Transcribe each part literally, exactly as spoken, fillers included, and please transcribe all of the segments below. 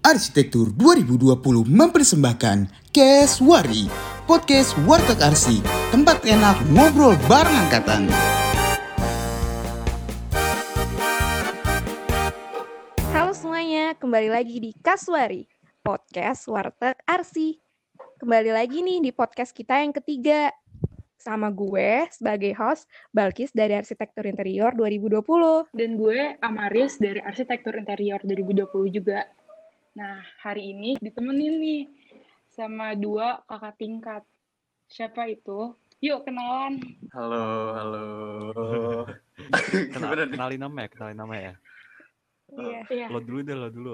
Arsitektur dua ribu dua puluh mempersembahkan Keswari, podcast Warteg Arsi, tempat enak ngobrol bareng angkatan. Halo semuanya, kembali lagi di Kaswari, podcast Warteg Arsi. Kembali lagi nih di podcast kita yang ketiga. Sama gue sebagai host, Balkis dari Arsitektur Interior dua ribu dua puluh. Dan gue, Amaris dari Arsitektur Interior dua ribu dua puluh juga. Nah, hari ini ditemenin nih sama dua kakak tingkat. Siapa itu? Yuk, kenalan. Halo, halo. Kenal, kenalin nama ya, kenalin nama ya. Iya. Iya. Lo dulu deh, lo dulu.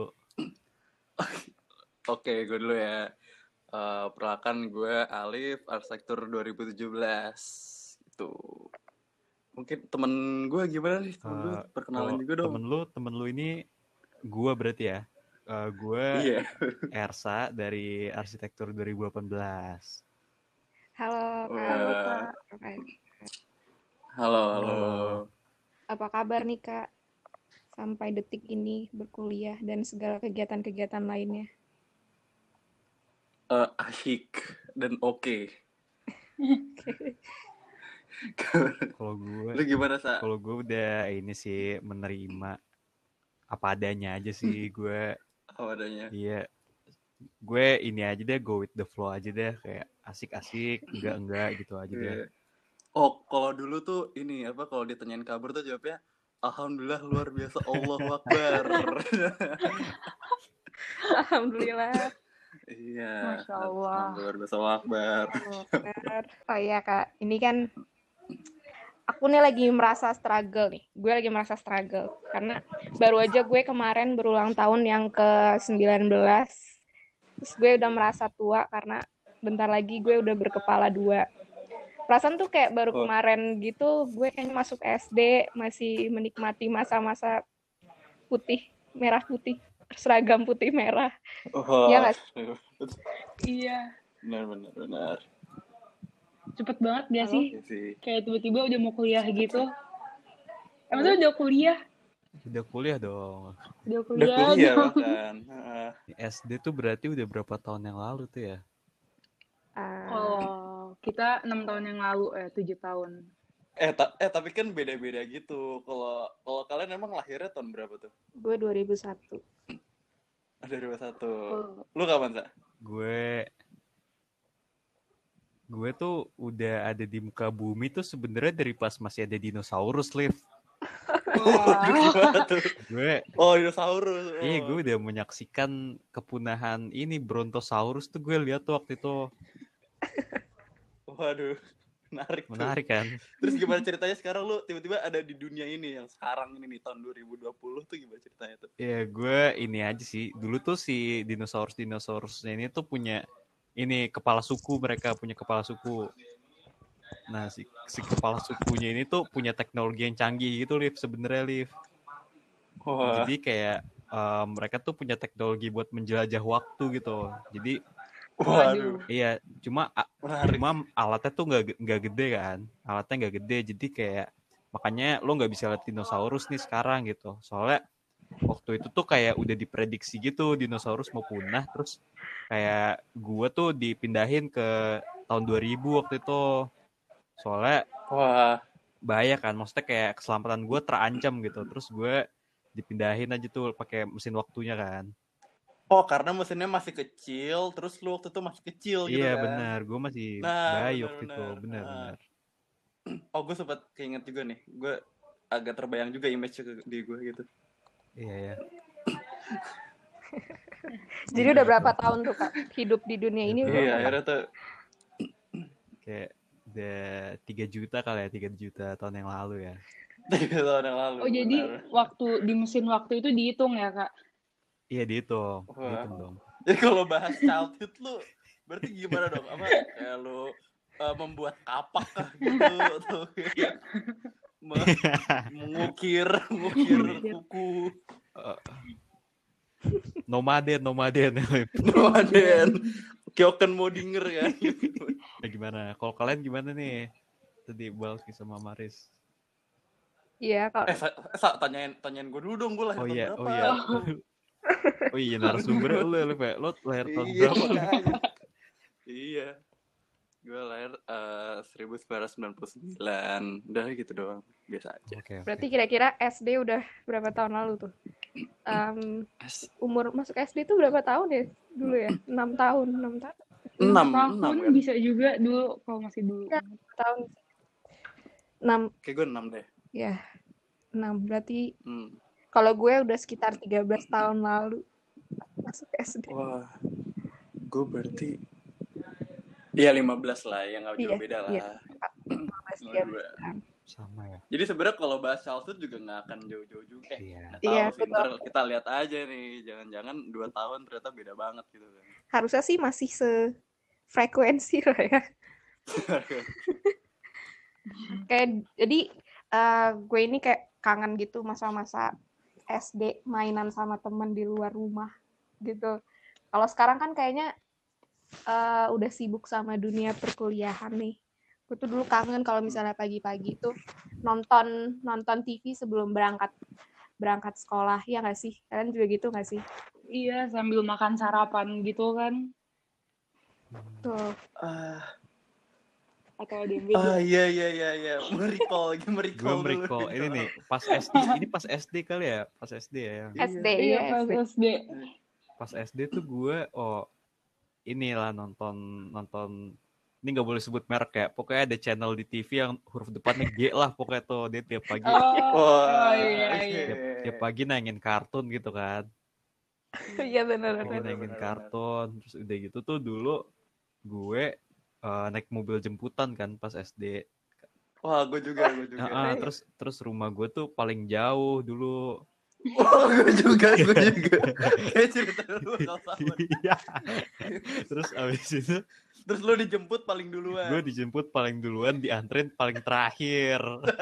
Oke, gue dulu ya. Uh, perkenalkan gue Alif, Arsitektur dua ribu tujuh belas. Itu. Mungkin temen gue gimana nih? Temen gue Uh, perkenalan kalau juga dong. Temen lu, temen lu ini gue berarti ya. Uh, gue Iya. Ersa dari Arsitektur dua ribu delapan belas. Halo, Kak. Wah. Oke. Halo, halo. Apa kabar nih, Kak? Sampai detik ini berkuliah dan segala kegiatan-kegiatan lainnya. Uh, asyik dan oke. Kalau gue, Lu gimana, Sa? kalau gue udah ini sih menerima apa adanya aja sih gue. Apa adanya? Iya, gue ini aja deh, go with the flow aja deh, kayak asik-asik, enggak-enggak gitu aja deh. Iya. Oh, kalau dulu tuh ini apa? Kalau ditanyain kabar tuh jawabnya Alhamdulillah luar biasa, Allahu Akbar. Alhamdulillah. Iya. Masya Allah. Luar biasa, Allahu Akbar. Oh iya, Kak. Ini kan aku nih lagi merasa struggle nih. Gue lagi merasa struggle. Karena baru aja gue kemarin berulang tahun yang ke sembilan belas. Terus gue udah merasa tua karena bentar lagi gue udah berkepala dua. Perasaan tuh kayak baru Oh. kemarin gitu, gue kayaknya masuk S D, masih menikmati masa-masa putih, merah putih, seragam putih merah. Oh, Iya nggak Iya. benar, benar, benar. Cepet banget gak Halo? sih? Iya sih. Kayak tiba-tiba udah mau kuliah gitu. Emang tuh udah kuliah? Udah kuliah dong. Udah Udah kuliah. kuliah bahkan. Heeh. S D tuh berarti udah berapa tahun yang lalu tuh ya? Ah, Oh, kita enam tahun yang lalu, eh tujuh tahun. Eh, ta- eh tapi kan beda-beda gitu. Kalau kalau kalian emang lahirnya tahun berapa tuh? gue dua ribu satu. Ada dua puluh satu. Oh. Lu kapan, Sa? Gue gue tuh udah ada di muka bumi tuh sebenarnya dari pas masih ada dinosaurus, Liv. Gimana tuh? Gue Oh, dinosaurus. Oh. iya, gue udah menyaksikan kepunahan ini Brontosaurus tuh, gue lihat tuh waktu itu. Waduh, menarik tuh. Menarik kan? Terus gimana ceritanya sekarang lu tiba-tiba ada di dunia ini yang sekarang ini nih tahun dua ribu dua puluh tuh gimana ceritanya tuh? Ya gue ini aja sih. Dulu tuh si dinosaurus-dinosaurusnya ini tuh punya ini kepala suku, mereka punya kepala suku. Nah, si, si kepala sukunya ini tuh punya teknologi yang canggih gitu, Liv, sebenarnya, Liv. Wah. Jadi kayak eh, mereka tuh punya teknologi buat menjelajah waktu gitu. Jadi Waduh. iya, cuma a- Menarik. cuma alatnya tuh nggak ge- nggak gede kan, alatnya nggak gede, jadi kayak makanya lo nggak bisa lihat dinosaurus nih sekarang gitu. Soalnya waktu itu tuh kayak udah diprediksi gitu dinosaurus mau punah, terus kayak gua tuh dipindahin ke tahun dua ribu waktu itu. Soalnya Wah. bahaya kan, maksudnya kayak keselamatan gue terancam gitu. Terus gue dipindahin aja tuh pakai mesin waktunya kan. Oh, karena mesinnya masih kecil, terus lu waktu itu masih kecil gitu Iya kan? benar, gue masih Nah, bayi benar, waktu itu, benar. benar-benar. Oh, gue sempat keinget juga nih. Gue agak terbayang juga image di gue gitu. Iya ya. Jadi udah berapa tahun tuh, Kak, hidup di dunia ini? Iya, udah Iya, berapa? akhirnya tuh Kayak udah tiga juta kali ya, tiga juta tahun yang lalu ya. tiga tahun yang lalu. Oh, jadi benar. waktu di mesin waktu itu dihitung ya, Kak? Iya dihitung, Wah. dihitung dong. Jadi kalau bahas childhood lu berarti gimana dong? Apa kayak lu uh, membuat kapak kah gitu atau kayak me- mengukir, mengukir kuku. Nomaden, nomaden. Nomaden. Kyoken mau denger kan. Nah, gimana? Kalau kalian gimana nih? Tadi Balki sama Maris. Iya, kalau Eh, sa, sa tanyain tanyain gue dulu dong, gue lahir Oh tahun iya, berapa? oh iya. Oh iya, narasumbernya lu, lu, Pak. Lo lahir tahun Iya, berapa? Lu? makanya. Iya. Gue lahir eh, seribu sembilan ratus sembilan puluh sembilan. Udah gitu doang. Biasa aja. Oke, oke. Berarti kira-kira S D udah berapa tahun lalu tuh? Um, As- umur masuk S D tuh berapa tahun ya dulu ya? enam tahun, enam tahun. Enam, tahun enam kan? bisa juga dulu kalau masih dulu. Ya, tahun enam Kayak gue enam deh. ya, enam berarti Hmm. kalau gue udah sekitar tiga belas tahun lalu masuk S D. Wah, gue berarti Iya lima belas lah, yang nggak jauh Iya, beda lah. iya. lima belas, tiga belas tahun. Sama ya. Jadi sebenarnya kalau bahas childhood juga nggak akan jauh-jauh juga. Eh, Iya. nggak tahu Iya, sih, betul. ntar kita lihat aja nih. Jangan-jangan dua tahun ternyata beda banget gitu kan. Harusnya sih masih sefrekuensi lah ya. Kayak jadi eh, gue ini kayak kangen gitu masa-masa S D mainan sama temen di luar rumah gitu. Kalau sekarang kan kayaknya eh, udah sibuk sama dunia perkuliahan nih. Gue tuh dulu kangen kalau misalnya pagi-pagi tuh nonton nonton T V sebelum berangkat berangkat sekolah, ya nggak sih? Kalian juga gitu nggak sih? Iya, sambil makan sarapan gitu kan. Tuh. Ah, Atau D M B. ah iya iya iya iya. Mericall lagi Gue mericall dulu. merecall ini nih pas S D, ini pas S D kali ya, pas S D ya. S D Iya, ya, pas S D. S D. Pas S D tuh gue oh inilah nonton nonton ini nggak boleh sebut merek ya, pokoknya ada channel di T V yang huruf depannya G lah pokoknya tuh, dia tiap pagi Oh, Wah, oh iya iya. tiap, tiap pagi nangin kartun gitu kan, Iya benar pagi benar. bener, nangin bener, kartun, terus udah gitu tuh dulu gue eh, naik mobil jemputan kan pas S D. Wah, gue juga, gue juga. Ah, ah, terus terus rumah gue tuh paling jauh dulu. Oh, gue juga, gue juga. Kayak cerita lu bakal sama. Iya. Terus abis itu Terus lu dijemput paling duluan. gue dijemput paling duluan, diantrin paling terakhir.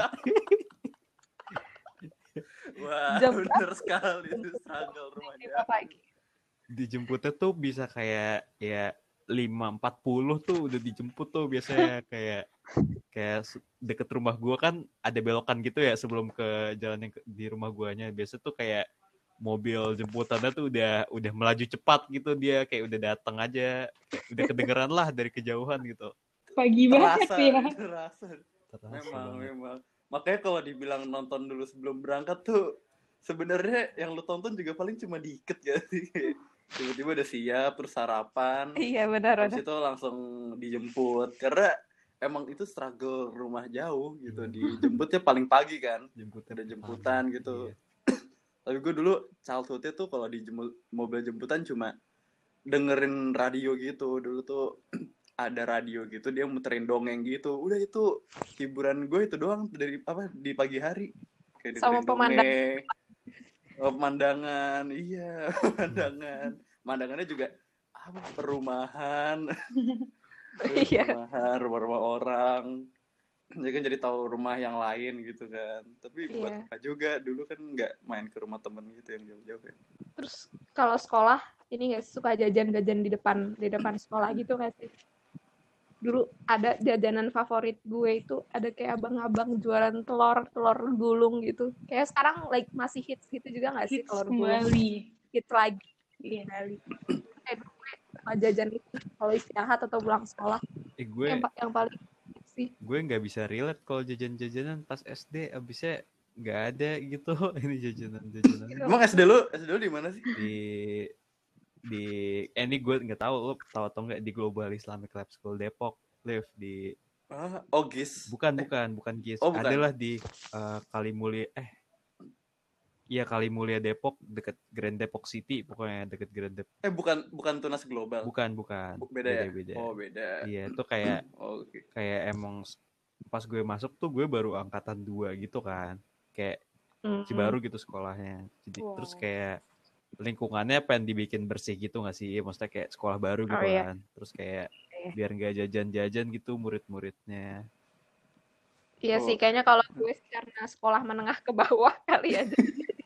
Wah, Jam bener sekali itu struggle rumah Lima jauh. pagi. Dijemputnya tuh bisa kayak ya lima empat puluh tuh udah dijemput tuh biasanya kayak kayak se- deket rumah gua kan ada belokan gitu ya sebelum ke jalan yang ke- di rumah guanya. Biasa tuh kayak mobil jemputannya tuh udah udah melaju cepat gitu, dia kayak udah datang aja, kayak udah kedengeran lah dari kejauhan gitu. Pagi banget Terasa, ya. terasa. Terasa Memang, banget. memang. Makanya kalau dibilang nonton dulu sebelum berangkat tuh sebenarnya yang lu tonton juga paling cuma dikit ya sih. Tiba-tiba udah siap, terus sarapan. Iya benar Habis benar. itu langsung dijemput. Karena emang itu struggle rumah jauh gitu. Dijemputnya paling pagi kan. Jemputnya Ada jemputan pagi. gitu. Iya. Tapi gue dulu childhood-nya tuh kalau di jemu- mobil jemputan cuma dengerin radio gitu. Dulu tuh ada radio gitu, dia muterin dongeng gitu. Udah itu hiburan gue itu doang dari apa di pagi hari. Kayak Sama dengerin pemandang- dongeng. Oh, pemandangan, iya, pemandangan. Pemandangannya juga apa perumahan. Iya. Perumahan, rumah-rumah orang. Jadi kan jadi tahu rumah yang lain gitu kan. Tapi buat Iya. apa juga dulu kan nggak main ke rumah temen gitu yang jauh-jauh ya. Terus kalau sekolah ini nggak suka jajan-jajan di depan di depan sekolah gitu nggak sih? Dulu ada jajanan favorit gue itu ada kayak abang-abang jualan telur telur gulung gitu. Kayak sekarang like masih hits gitu juga nggak sih Hits telur gulung? kembali. Hits lagi Iya. kembali. Kayak dulu gue suka jajan itu kalau istirahat atau pulang sekolah. Eh gue Yang pa- yang paling hits sih. gue nggak bisa relate kalau jajan-jajanan pas S D, abisnya nggak ada gitu. Ini jajanan-jajanan Emang S D lu, S D lu di mana sih? di di eh, ini gue nggak tahu lo tahu atau nggak, di Global Islamic Lab School Depok, live di Ah, oh Gis. bukan bukan bukan G I S, Oh, bukan. adalah di eh, Kalimulia eh iya Kalimulia Depok, deket Grand Depok City, pokoknya deket Grand Depok. Eh bukan bukan Tunas Global. Bukan bukan Bu- beda ya? beda. Oh, beda. Iya itu kayak Oh, oke. kayak emang s- pas gue masuk tuh gue baru angkatan dua gitu kan, kayak Mm-mm. Cibaru gitu sekolahnya. Jadi Wow. terus kayak lingkungannya pengen dibikin bersih gitu nggak sih? Maksudnya kayak sekolah baru gitu Oh, iya. kan. Terus kayak Iya. biar nggak jajan-jajan gitu murid-muridnya. Iya Oh. sih, kayaknya kalau gue karena sekolah menengah ke bawah kali ya.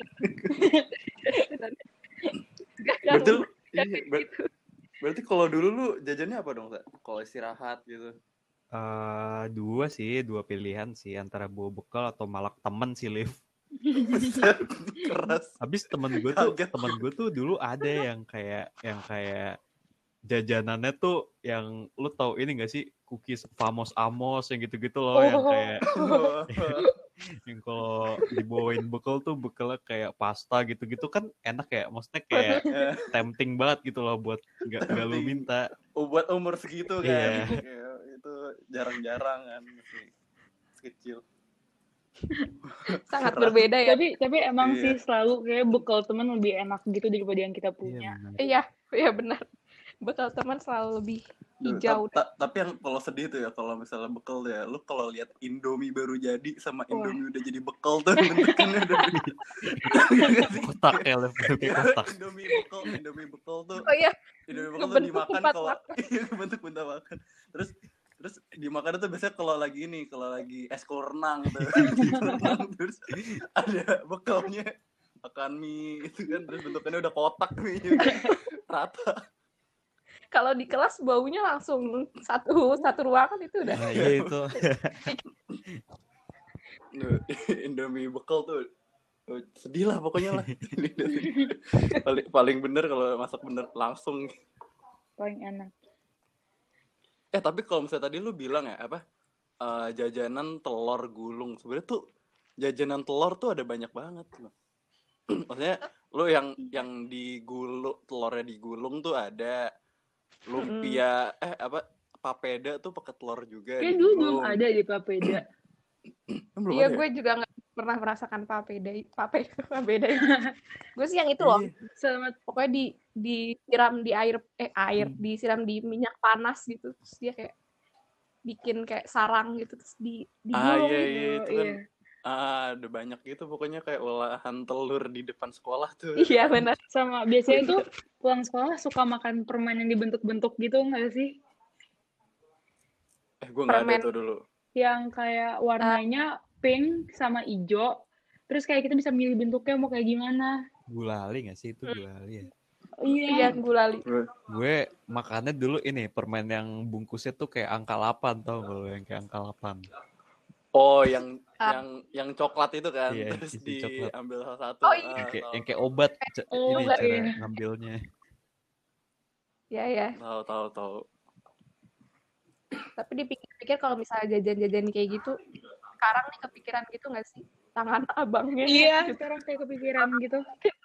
Berarti lu- iya, Kayak ber- gitu. berarti kalau dulu lu jajannya apa dong, Sa? Kalau istirahat gitu. Eh dua sih, dua pilihan sih antara bawa bekal atau malak temen sih, Liv. Keras. Habis temen gue tuh Kaget. temen gue tuh dulu ada yang kayak yang kayak jajanannya tuh yang lu tahu ini gak sih, cookies Famos Amos yang gitu-gitu loh, yang kayak yang kalau dibawain bekal tuh bekalnya kayak pasta gitu-gitu kan enak ya, maksudnya kayak Eh, tempting banget gitu loh buat nggak nggak lu Tempting. minta. oh, buat umur segitu kan. Iya. Kayak itu jarang-jarang kan masih kecil. Sangat Keras. berbeda ya. Tapi tapi emang Iya. sih selalu kayak bekal teman lebih enak gitu daripada yang kita Iya punya. benar. Iya, iya benar. Bekal teman selalu lebih Duh, hijau. ta- ta- tapi yang kalau sedih tuh ya kalau misalnya bekal ya, lu kalau lihat Indomie baru jadi sama Wah. Indomie udah jadi bekal tuh bentukannya udah beda. Iya nggak sih? Kotak ya, Lev, bentuknya kotak. Indomie bekal, Indomie bekal tuh, Oh iya, Indomie bekal tuh ngebentuk dimakan tempat kalau makan. iya bentuk bentuk makan. Terus terus dimakan tuh biasanya kalau lagi ini, kalau lagi es kol renang tuh, renang, terus ada bekalnya makan mie itu kan, terus bentukannya udah kotak nih, rata. Kalau di kelas baunya langsung satu satu ruangan itu udah. Nah, iya itu. Duh, Indomie bekal tuh oh, sedih lah pokoknya lah. paling paling bener kalau masak bener langsung. Paling enak. Eh tapi kalau misalnya tadi lu bilang ya apa eh, jajanan telur gulung, sebenarnya tuh jajanan telur tuh ada banyak banget loh. Maksudnya lu yang yang digulung, telurnya digulung tuh ada lumpia eh apa papeda tuh pakai telur juga Kayak dulu belum digulung. ada di Papeda. Kan belum Iya, ada ya? gue juga nggak pernah merasakan papeda, pape, papeda. Gue sih yang itu loh. Iya. Selamat Pokoknya di disiram di air eh air, disiram di minyak panas gitu. Terus dia kayak bikin kayak sarang gitu terus di Ah digulung iya gitu. iya itu kan iya. ah, ada banyak gitu pokoknya kayak olahan telur di depan sekolah tuh. Iya benar. Sama biasanya tuh pulang sekolah suka makan permen yang dibentuk-bentuk gitu nggak sih? Eh gue nggak ada Permen. tuh dulu. Yang kayak warnanya pink sama hijau. Terus kayak kita bisa milih bentuknya mau kayak gimana. Gulali nggak sih itu gulali ya? Iya. Iya gulali. Gue makannya dulu ini permen yang bungkusnya tuh kayak angka delapan, tau gak lo yang kayak angka delapan. Oh yang Ah. yang yang coklat itu kan Iya, terus isi coklat. diambil salah satu. Oh, Ah, iya. Yang kayak, tahu, yang kayak obat ca- Oh, ini obat, cara iya. ngambilnya. Iya ya. tahu tahu tahu. Tapi dipikir-pikir kalau misalnya jajan-jajan kayak gitu, sekarang nih kepikiran gitu nggak sih? Tangan abangnya. Iya, gitu. sekarang kayak kepikiran gitu.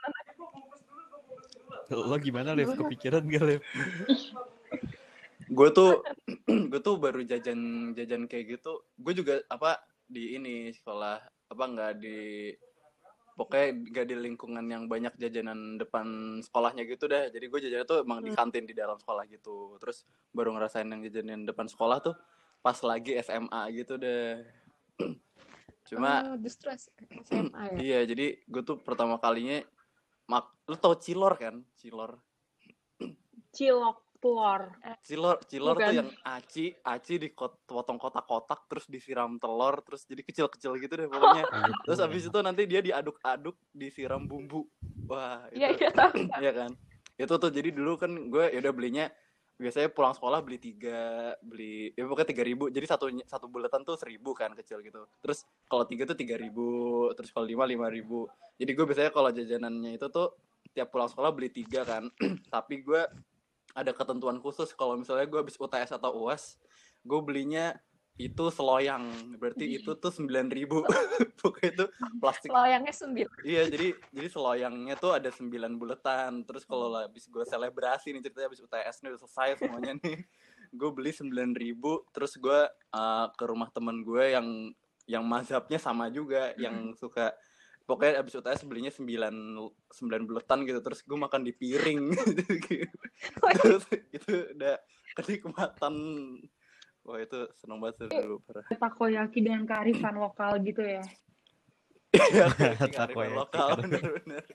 Lo gimana, Lev? Kepikiran gak, Lev? Gue tuh gue tuh baru jajan jajan kayak gitu. Gue juga apa di ini sekolah apa nggak di pokoknya nggak di lingkungan yang banyak jajanan depan sekolahnya gitu dah. Jadi gue jajan tuh emang di kantin di dalam sekolah gitu. Terus baru ngerasain yang jajanan depan sekolah tuh pas lagi S M A gitu deh. Cuma Oh, justru S M A ya. iya jadi gue tuh pertama kalinya mak lu tau cilor kan cilor Cilok telur. cilor cilor Bukan. tuh yang aci aci dipotong kotak-kotak terus disiram telur terus jadi kecil-kecil gitu deh pokoknya. Terus abis itu nanti dia diaduk-aduk disiram bumbu. Wah itu Iya iya tahu. iya kan itu tuh jadi dulu kan gue ya udah belinya biasanya pulang sekolah beli tiga beli ya pokoknya tiga ribu jadi satu satu bulatan tuh seribu kan kecil gitu terus kalau tiga tuh tiga ribu terus kalau lima lima ribu jadi gue biasanya kalau jajanannya itu tuh tiap pulang sekolah beli tiga kan tapi gue ada ketentuan khusus kalau misalnya gue habis U T S atau U A S gue belinya itu seloyang berarti itu tuh sembilan ribu pokoknya itu plastik. Loyangnya sembilan. Iya jadi jadi seloyangnya tuh ada sembilan buletan terus kalau habis gue selebrasi nih ceritanya habis U T S nih udah selesai semuanya nih gue beli sembilan ribu terus gue uh, ke rumah temen gue yang yang mazhabnya sama juga yang suka pokoknya abis U T S belinya sembilan sembilan buletan gitu terus gue makan di piring terus itu udah kenikmatan. Wah itu seneng banget tuh dulu parah. Takoyaki dengan kearifan lokal gitu ya. Iya, Takoyaki. lokal bener-bener.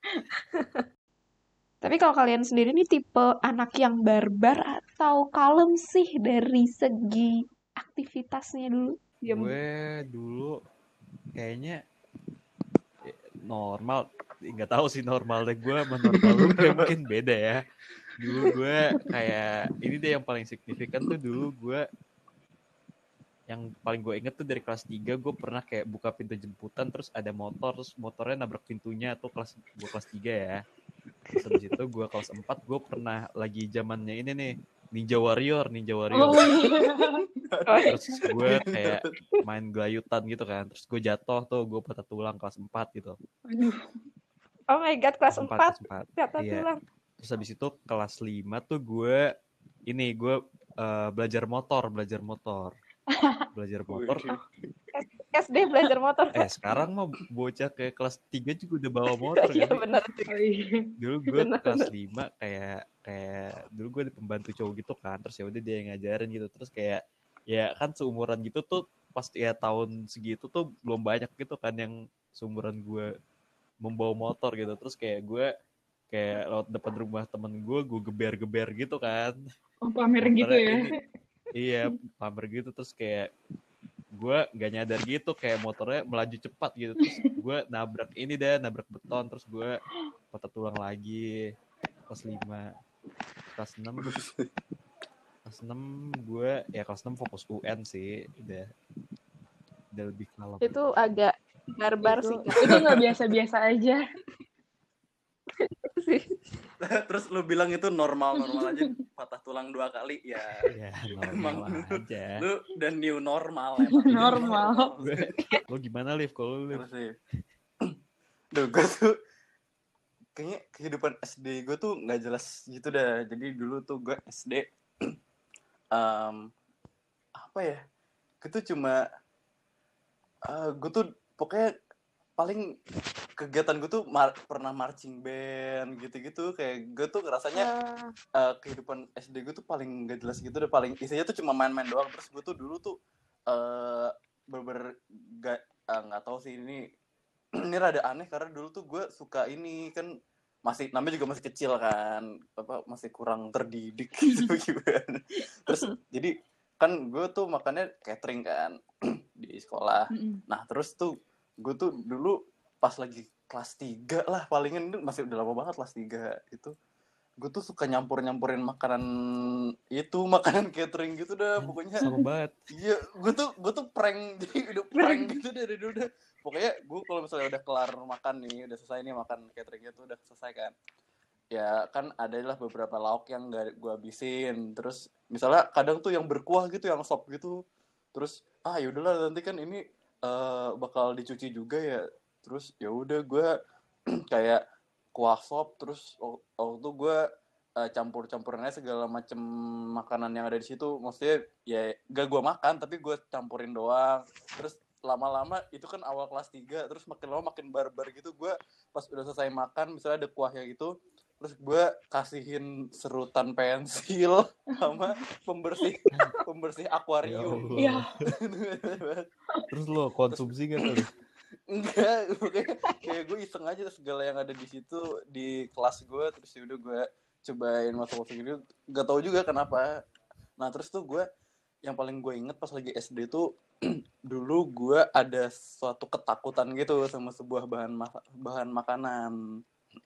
Tapi kalau kalian sendiri nih tipe anak yang barbar atau kalem sih dari segi aktivitasnya dulu? Diam. Gue dulu kayaknya eh, normal, nggak tahu sih normalnya gue sama normal lu kayak mungkin beda ya. Dulu gue kayak ini deh yang paling signifikan tuh dulu gue yang paling gue inget tuh dari kelas tiga gue pernah kayak buka pintu jemputan terus ada motor terus motornya nabrak pintunya tuh kelas gue kelas tiga ya. Terus habis itu gue kelas empat gue pernah lagi zamannya ini nih Ninja Warrior, Ninja Warrior. Oh iya. Terus gue kayak main gelayutan gitu kan. Terus gue jatuh tuh gue patah tulang kelas empat gitu. Aduh. Oh my god, kelas empat. kelas empat. Jatuh Iya. tulang. Terus habis itu kelas lima tuh gue ini gue uh, belajar motor, belajar motor. Belajar motor. S D belajar motor. Eh sekarang mah bocah kayak kelas tiga juga udah bawa motor Iya kan. benar. Oh, iya. Dulu gue Bener, kelas bener. lima kayak kayak dulu gue ada pembantu cowok gitu kan. Terus ya udah dia yang ngajarin gitu. Terus kayak ya kan seumuran gitu tuh pas ya tahun segitu tuh belum banyak gitu kan yang seumuran gue membawa motor gitu. Terus kayak gue kayak lewat depan rumah temen gue gue geber-geber gitu kan. Oh, pamer gitu Motornya ya. ini, iya pamer gitu terus kayak gue gak nyadar gitu kayak motornya melaju cepat gitu terus gue nabrak ini deh nabrak beton terus gue patah tulang lagi kelas lima kelas enam kelas enam gue ya kelas enam fokus U N sih udah udah lebih kalem. Itu agak barbar itu, sih. itu nggak biasa-biasa aja. sih. Terus lu bilang itu normal-normal aja patah tulang dua kali ya. Ya Emang normal lu, aja. lu udah new normal emang. Normal. Lo gimana Liv kalau lu Liv? Terus sih. Duh, gue tuh kayaknya kehidupan S D gue tuh nggak jelas gitu dah. Jadi dulu tuh gue S D um, apa ya? Gue tuh cuma uh, gue tuh pokoknya paling kegiatan gue tuh mar- pernah marching band gitu-gitu kayak gue tuh ngerasanya Uh, uh, kehidupan S D gue tuh paling gak jelas gitu deh paling isinya tuh cuma main-main doang terus gue tuh dulu tuh uh, bener-bener gak nggak uh, tahu sih ini ini rada aneh karena dulu tuh gue suka ini kan masih namanya juga masih kecil kan apa masih kurang terdidik gitu gimana terus jadi kan gue tuh makannya catering kan di sekolah. Nah terus tuh gue tuh dulu pas lagi kelas tiga lah palingan itu masih udah lama banget kelas tiga itu gue tuh suka nyampur-nyampurin makanan itu makanan catering gitu dah pokoknya sama banget. Iya gue tuh gue tuh prank jadi udah prank gitu dari dulu dah pokoknya gue kalau misalnya udah kelar makan nih udah selesai nih makan cateringnya tuh udah selesai kan ya kan adalah beberapa lauk yang gak gue habisin terus misalnya kadang tuh yang berkuah gitu yang sop gitu terus ah yaudahlah nanti kan ini uh, bakal dicuci juga ya terus ya udah gue kayak kuah sop terus waktu gue uh, campur-campurinnya segala macam makanan yang ada di situ maksudnya ya gak gue makan tapi gue campurin doang terus lama-lama itu kan awal kelas tiga terus makin lama makin barbar gitu gue pas udah selesai makan misalnya ada kuahnya gitu terus gue kasihin serutan pensil sama pembersih pembersih akuarium. Iya. Terus lo konsumsi gak tuh? Enggak, kayak, kayak gue iseng aja segala yang ada di situ di kelas gue terus ya udah gue cobain masuk-masuk gitu. Gak tau juga kenapa. Nah terus tuh gue yang paling gue inget pas lagi S D tuh dulu gue ada suatu ketakutan gitu sama sebuah bahan ma- bahan makanan.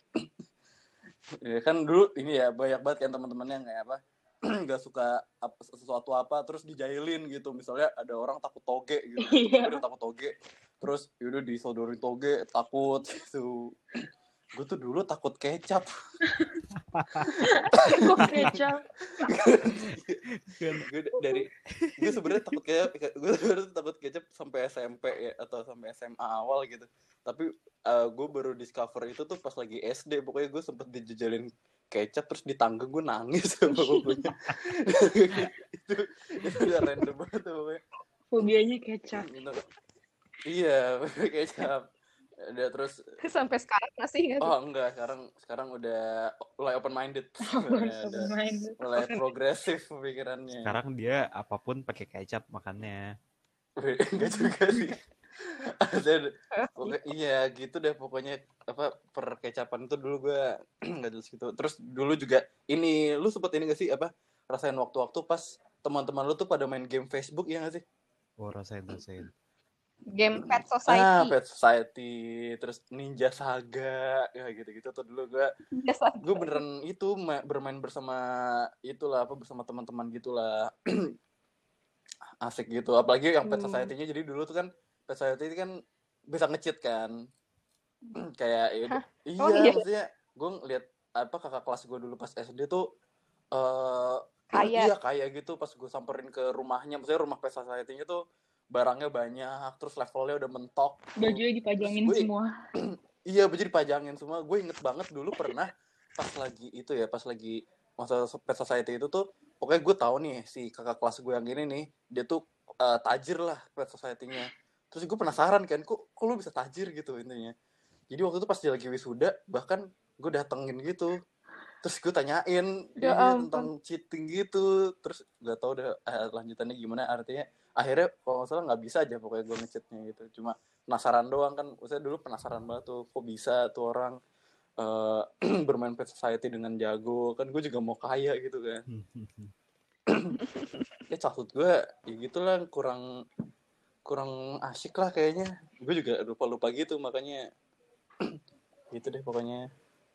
Ya kan dulu ini ya banyak banget kan teman-temannya kayak apa nggak suka apa, sesuatu apa terus dijailin gitu misalnya ada orang takut toge gitu Iya. udah takut toge terus yaudah disodorin toge takut gitu gue tuh dulu takut kecap. Kok kecap? Gue dari gue sebenarnya takut kecap gue sebenarnya takut kecap sampai S M P ya atau sampai S M A awal gitu tapi uh, gue baru discover itu tuh pas lagi S D pokoknya gue sempet dijejalin kecap terus di tangga gue nangis pokoknya. itu itu udah random banget pokoknya Fobianya kecap. Iya kecap udah terus sampai sekarang masih nggak sih? oh enggak sekarang sekarang udah mulai open minded Open-minded. mulai progresif pemikirannya Sekarang dia apapun pakai kecap makannya. enggak juga sih. Pokoknya, iya gitu deh pokoknya apa perkecapan itu dulu gue nggak jelas gitu terus dulu juga ini lu sempet ini gak sih apa rasain waktu-waktu pas teman-teman lu tuh pada main game Facebook ya gak sih? Oh rasain rasain. Game Pet Society. Ah, Pet Society, terus Ninja Saga, ya gitu-gitu tuh dulu gue, gue beneran itu ma- bermain bersama itulah apa bersama teman-teman gitulah. asik gitu. Apalagi yang Pet Hmm. Society-nya, jadi dulu tuh kan Pet Society kan bisa nge-cheat kan. Kayak ya udah- Hah? Oh iya, iya, maksudnya gue ngeliat apa kakak kelas gue dulu pas S D tuh eh kaya. iya kayak gitu. Pas gue samperin ke rumahnya, maksudnya rumah Pet Society-nya tuh barangnya banyak, terus levelnya udah mentok tuh. Bajunya dipajangin Terus gue- semua. Iya, baju dipajangin semua. Gue inget banget dulu pernah pas lagi itu ya, pas lagi masa Pet Society itu tuh, pokoknya gue tahu nih si kakak kelas gue yang ini nih, dia tuh eh, tajir lah Pet Society-nya. Terus gue penasaran kan, kok, kok lu bisa tajir gitu intinya. Jadi waktu itu pas dia lagi wisuda, bahkan gue datengin gitu. Terus gue tanyain, Ya iya ampun. tentang cheating gitu. Terus gak tau udah eh, lanjutannya gimana, artinya akhirnya kalau nggak salah nggak bisa aja pokoknya gue nge-cheatnya gitu. Cuma penasaran doang kan, maksudnya dulu penasaran banget tuh, kok bisa tuh orang eh, bermain Pet Society dengan jago. Kan gue juga mau kaya gitu kan. Ya childhood gue ya gitulah, kurang kurang asik lah kayaknya. Gue juga lupa-lupa gitu, makanya gitu deh pokoknya.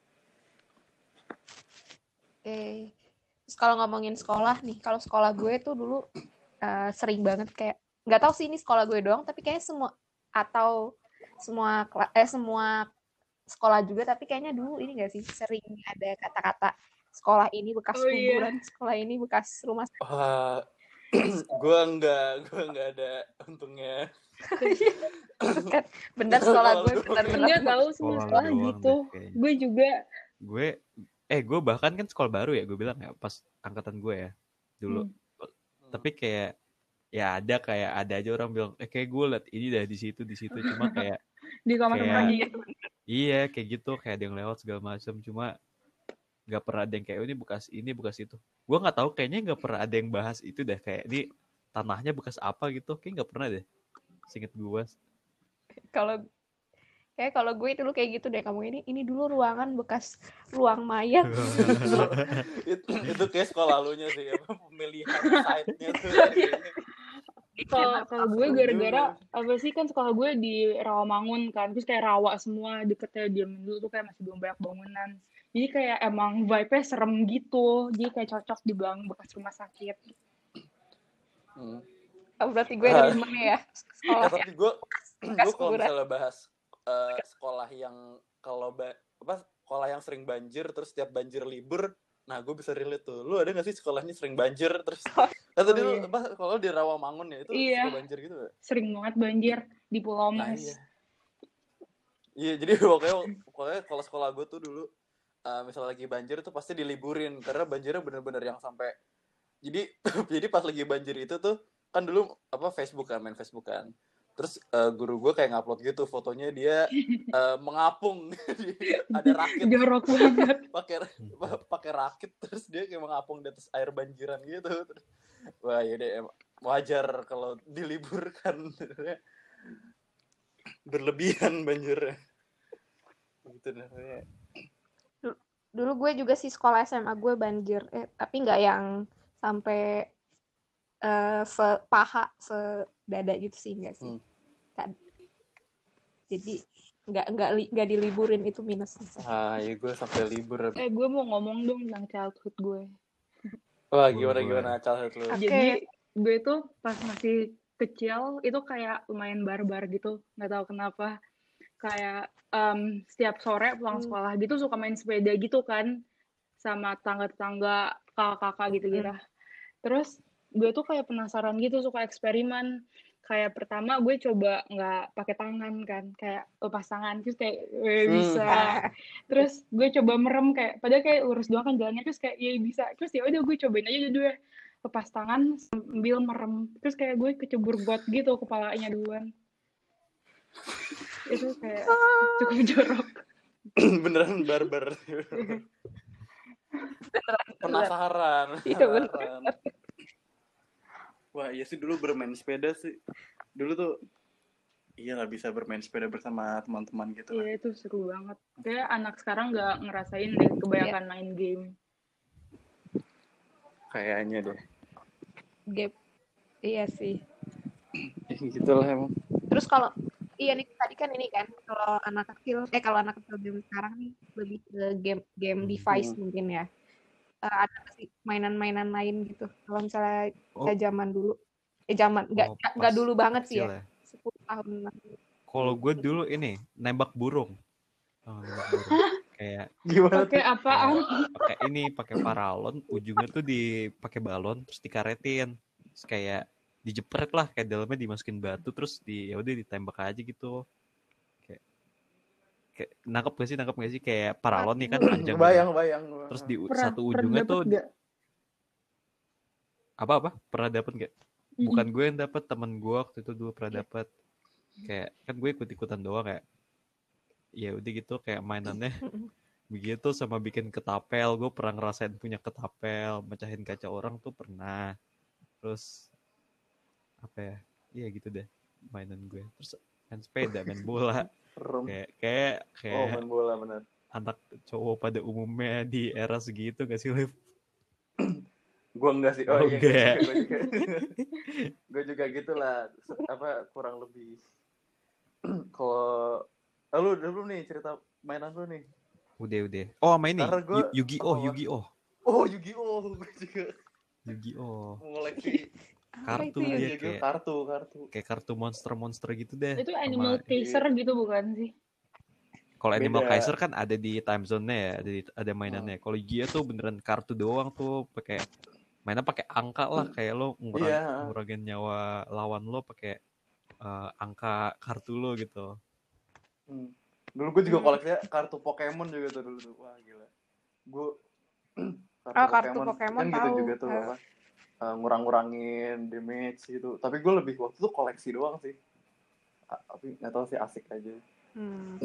Oke. Terus kalau ngomongin sekolah nih, kalau sekolah gue tuh dulu eh, sering banget kayak nggak tahu sih ini sekolah gue doang, tapi kayak semua atau semua kela- eh semua sekolah juga, tapi kayaknya dulu ini nggak sih sering ada kata-kata sekolah ini bekas Oh, iya. kuburan, sekolah ini bekas rumah sakit. Wah, gue enggak, gue enggak ada untungnya. Kan bener sekolah gue Kalau bener-bener Enggak tahu semua Sekolah sekolah doang gitu. deh kayaknya. Gue juga. Gue eh gue bahkan kan sekolah baru ya, gue bilang ya pas angkatan gue ya dulu. Hmm. Tapi kayak ya ada kayak ada aja orang bilang eh kayak gue liat ini dah di situ di situ cuma kayak Di kamar Kayak- teman Iya. iya kayak gitu, kayak ada yang lewat segala macam, cuma nggak pernah ada yang kayak "Oh, ini bekas ini bekas itu." Gue nggak tahu, kayaknya nggak pernah ada yang bahas itu deh, kayak ini tanahnya bekas apa gitu, kayak nggak pernah deh seinget gue. Kalau kayak kalau gue dulu kayak gitu deh, kamu ini ini dulu ruangan bekas ruang mayat. itu, itu kayak sekolah lunya sih, apa pemilihan site-nya tuh. Kalau kalau gue Seru gara-gara juga. apa sih, kan sekolah gue di Rawamangun kan, terus kayak rawa semua deketnya, diam dulu tuh kayak masih belum banyak bangunan. Jadi kayak emang vibe-nya serem gitu. Jadi kayak cocok dibilang bekas rumah sakit. Hmm. Oh, berarti gue Ah. demen ya Ya, sekolah. tapi gue Bekas gue kalau kuburan. misalnya bahas eh, sekolah yang kalau ba- apa sekolah yang sering banjir, terus setiap banjir libur, nah gue bisa relate tuh. Lu ada nggak sih sekolahnya sering banjir terus? Kan tadi Oh, lu iya. apa kalau di Rawamangun ya itu Iya. suka banjir gitu nggak? Sering banget banjir di Pulau Nah Mas. iya. Iya, jadi pokoknya pokoknya kalau sekolah gue tuh dulu eh, misalnya lagi banjir tuh pasti diliburin karena banjirnya bener-bener yang sampai jadi jadi pas lagi banjir itu tuh kan dulu apa Facebook kan, main Facebook kan. Terus eh, guru gue kayak ngupload gitu fotonya dia eh, mengapung ada rakit Jorok banget. pakai pakai rakit, terus dia kayak mengapung di atas air banjiran gitu. Terus, wah yaudah em- wajar kalau diliburkan berlebihan banjirnya gitu namanya. Dulu gue juga sih sekolah S M A gue banjir, eh, tapi nggak yang sampai eh, sepaha, sedada gitu sih, enggak sih. Hmm. Kan. Jadi nggak nggak li- nggak diliburin, itu minus. Ah iya, gue sampai libur. Eh, gue mau ngomong dong tentang childhood gue. Wah Boleh, gimana boleh. gimana childhood lu? Oke. Jadi gue tuh pas masih kecil itu kayak lumayan barbar gitu, nggak tahu kenapa. Kayak em, setiap sore pulang Hmm. sekolah gitu suka main sepeda gitu kan, sama tetangga-tetangga, kakak-kakak gitu-gitu. Terus gue tuh kayak penasaran gitu, suka eksperimen. Kayak pertama gue coba nggak pakai tangan kan, kayak lepas tangan, terus kayak "Weh, Hmm. bisa. Terus gue coba merem, kayak padahal kayak lurus doang kan jalannya, terus kayak ya bisa. Terus ya udah gue cobain aja dulu ya, lepas tangan sambil merem. Terus kayak gue kecebur got gitu kepalanya duluan. Itu kayak cukup jorok. Beneran barbar. Penasaran. Iya, bener. penasaran. Wah iya sih, dulu bermain sepeda sih. Dulu tuh iya nggak bisa bermain sepeda bersama teman-teman gitu. Iya, itu seru banget. Kayak anak sekarang nggak ngerasain deh, kebanyakan main game. Kayaknya deh. Gap. Iya sih. Gitu lah emang. Terus kalau iya nih tadi kan ini kan kalau anak kecil eh kalau anak kecil game sekarang nih lebih ke game game device Hmm. mungkin ya. Eh, ada nggak sih mainan-mainan lain gitu. Kalau misalnya Oh. kita zaman dulu Eh zaman nggak Oh, nggak pas dulu banget sih kecil ya. ya. sepuluh tahun lalu. Kalau gue dulu ini nembak burung. Oh, nembak burung. Kayak Gimana Pakai tuh? apaan? kayak pakai ini, pakai paralon, ujungnya tuh dipakai balon terus dikaretin. Terus kayak dijepret lah, kayak dalamnya dimasukin batu terus di ya udah ditembak aja gitu. Kayak kayak nangkep gak sih, nangkep gak sih kayak paralon nih kan panjang gitu. Bayang, bayang. Terus di u- Pernah satu pernah ujungnya dapet tuh di- gak? apa-apa? Pernah dapet gak? Mm-mm. Bukan gue yang dapet, temen gue waktu itu dulu pernah dapet. Kayak kan gue ikut-ikutan doang kayak ya udah gitu kayak mainannya begitu sama bikin ketapel. Gue pernah ngerasain punya ketapel, mecahin kaca orang tuh pernah. Terus apa ya? Iya gitu deh mainan gue. Terus main sepeda, main bola. Serem. Kayak kayak Oh, kayak main bola bener. anak cowok pada umumnya di era segitu gak sih, Liv? Gue enggak sih. Oh, Oh, iya, enggak. gue juga. Gue juga gitulah. Apa kurang lebih. Kalau ah, lu dulu nih cerita mainan lu nih. Udah udah. Oh sama ini Karena gue Yu- Yu-Gi-Oh, apa-apa? Yu-Gi-Oh, Oh, Yu-Gi-Oh, gue juga Yu-Gi-Oh. mengoleksi Apa Kartu itu ya? dia Yu-Gi-Oh kayak kartu, kartu. kayak kartu monster-monster gitu deh. Itu Sama Animal Chaser gitu bukan sih? kalau Animal Beda. Kaiser kan ada di time zone-nya ya, ada di- ada mainannya. Kalau Yu-Gi-Oh tuh beneran kartu doang tuh, pakai mainnya pakai angka lah, kayak lo ngurang, Iya. ngurangin nyawa lawan lo pakai eh, angka kartu lo gitu. Hmm. Dulu gue juga Hmm. koleksinya kartu Pokemon juga tuh dulu tuh. Wah, gila. Gue kartu, Oh, kartu Pokemon, Pokemon kan gitu tahu. juga tuh Eh. apa? eh, ngurang-ngurangin damage gitu. Tapi gue lebih waktu itu koleksi doang sih. A- Tapi nggak tahu sih asik aja. Hmm.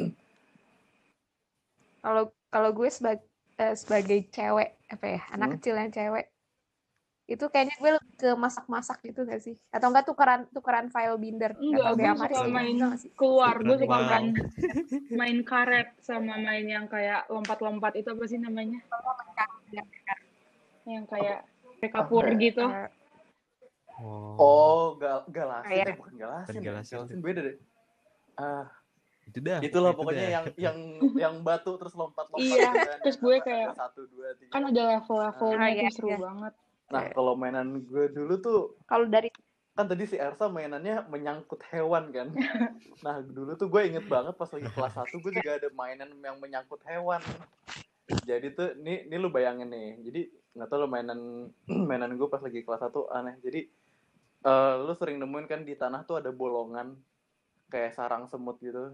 Kalau kalau gue sebagai sebagai cewek apa ya anak Hmm? kecil yang cewek itu kayaknya gue lebih ke masak-masak gitu gak sih? Atau enggak tukeran tukeran file binder? Gak Enggak, tau gue deh Amaris suka gitu main juga gak sih? keluar, gue Tukeran suka mal. main main karet sama main yang kayak lompat-lompat itu apa sih namanya? Yang kayak rekapur Apa ya? gitu. Eh, Oh, Oh, gal galasin Kayak- eh bukan galasin. Bukan ya. galasin. Galasin beda deh. Ah, itu dah. itulah itu pokoknya dah. yang yang yang batu terus lompat-lompat Iya, gitu kan. terus Yang gue apa, kayak- ada satu, dua, tiga. Kan ada level-levelnya Ah, tuh iya, seru iya. banget. Nah, kalau mainan gue dulu tuh kalau dari kan tadi si Ersa mainannya menyangkut hewan kan. Nah, dulu tuh gue inget banget pas lagi kelas satu gue juga ada mainan yang menyangkut hewan. Jadi tuh nih nih lu bayangin nih. Jadi nggak tahu lu mainan mainan gue pas lagi kelas satu aneh. Jadi eh, lu sering nemuin kan di tanah tuh ada bolongan kayak sarang semut gitu.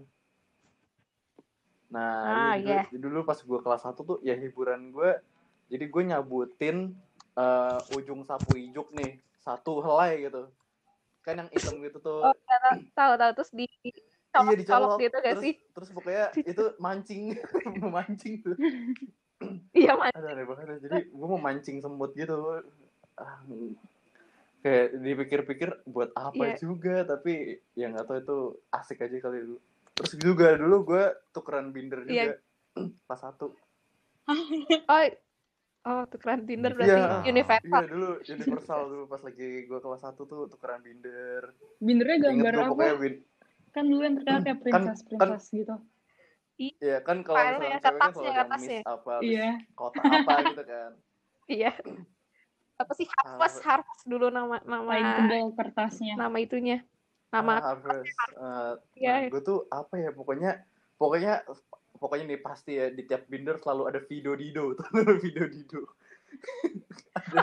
Nah, Ah, iya, iya. dulu, dulu pas gue kelas satu tuh ya hiburan gue. Jadi gue nyabutin eh, ujung sapu ijuk nih, satu helai gitu. Kan yang hitam gitu tuh. Oh, iya, tahu tahu tahu terus di Iya colok-colok dicolok gitu gak terus, sih? terus pokoknya itu mancing memancing tuh. Iya, Mas. Ada aneh banget. Jadi gue mau mancing semut gitu. Ah, kayak dipikir-pikir buat apa Iya. juga, tapi ya nggak tahu itu asik aja kali dulu. Terus juga dulu gue tukeran binder juga Iya. pas satu. Oh, oh tukeran Tinder berarti Universal. universal. Iya dulu universal dulu pas lagi gue kelas satu tuh tukeran binder. Bindernya Ingat gambar gue apa? pokoknya bin. Kan dulu yang terkenal kayak princess-princess gitu. Ya kan kalau File misalnya yang cewek kan kertasnya, selalu ada kertasnya. miss apa, miss Iya. kota apa gitu kan. Iya. Apa sih Harvest Harvest dulu nama nama Paling tebal kertasnya. nama itunya. Nama Ah, Harvest. Uh, Iya. nah, gue tuh apa ya pokoknya pokoknya pokoknya nih pasti ya di tiap binder selalu ada video dido tuh video dido. ada,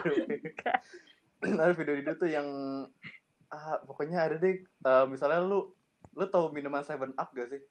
ada video dido tuh yang ah, pokoknya ada deh uh, misalnya lu lu tahu minuman Seven Up gak sih?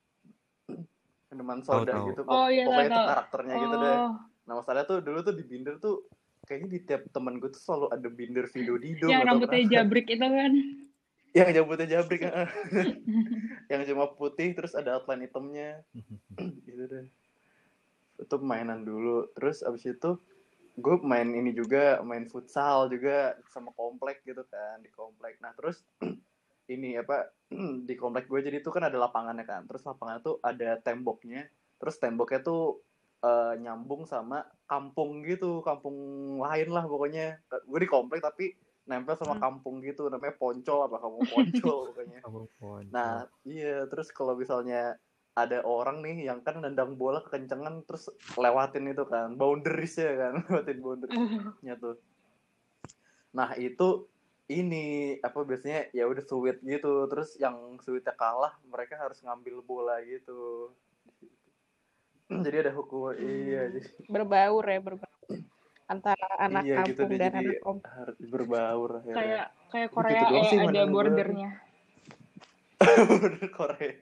Minuman soda Tahu, tahu. gitu. Oh, iya, pokoknya tahu, tuh tahu. karakternya gitu deh. Oh, Nah masalahnya tuh dulu tuh di binder tuh kayaknya di tiap temen gue tuh selalu ada binder video dido. yang nggak tahu rambutnya kenapa. jabrik itu kan. Yang jambutnya jabrik kan. Yang cuma putih terus ada outline hitamnya. Gitu deh. Itu mainan dulu. Terus abis itu gue main ini juga, main futsal juga sama komplek gitu kan, di komplek. Nah terus ini apa, di komplek gue jadi itu kan ada lapangannya kan. Terus lapangannya tuh ada temboknya. Terus temboknya tuh uh, nyambung sama kampung gitu, kampung lain lah pokoknya. Gue di komplek tapi nempel sama kampung gitu, namanya Poncol apa kamu Poncol pokoknya. Kamu pon. Nah iya, terus kalau misalnya ada orang nih yang kan nendang bola kekencengan terus lewatin itu kan boundaries ya kan, lewatin boundariesnya tuh. Nah itu ini apa biasanya ya udah sweet gitu, terus yang sweetnya kalah mereka harus ngambil bola gitu. Jadi ada hukum, iya jadi Berbaur ya, berbaur antara anak iya gitu kampung deh, dan jadi anak kota. harus berbaur akhirnya. Kayak kayak Jadi Korea gitu doang ya sih ada mainan gue. bordernya. Border Korea.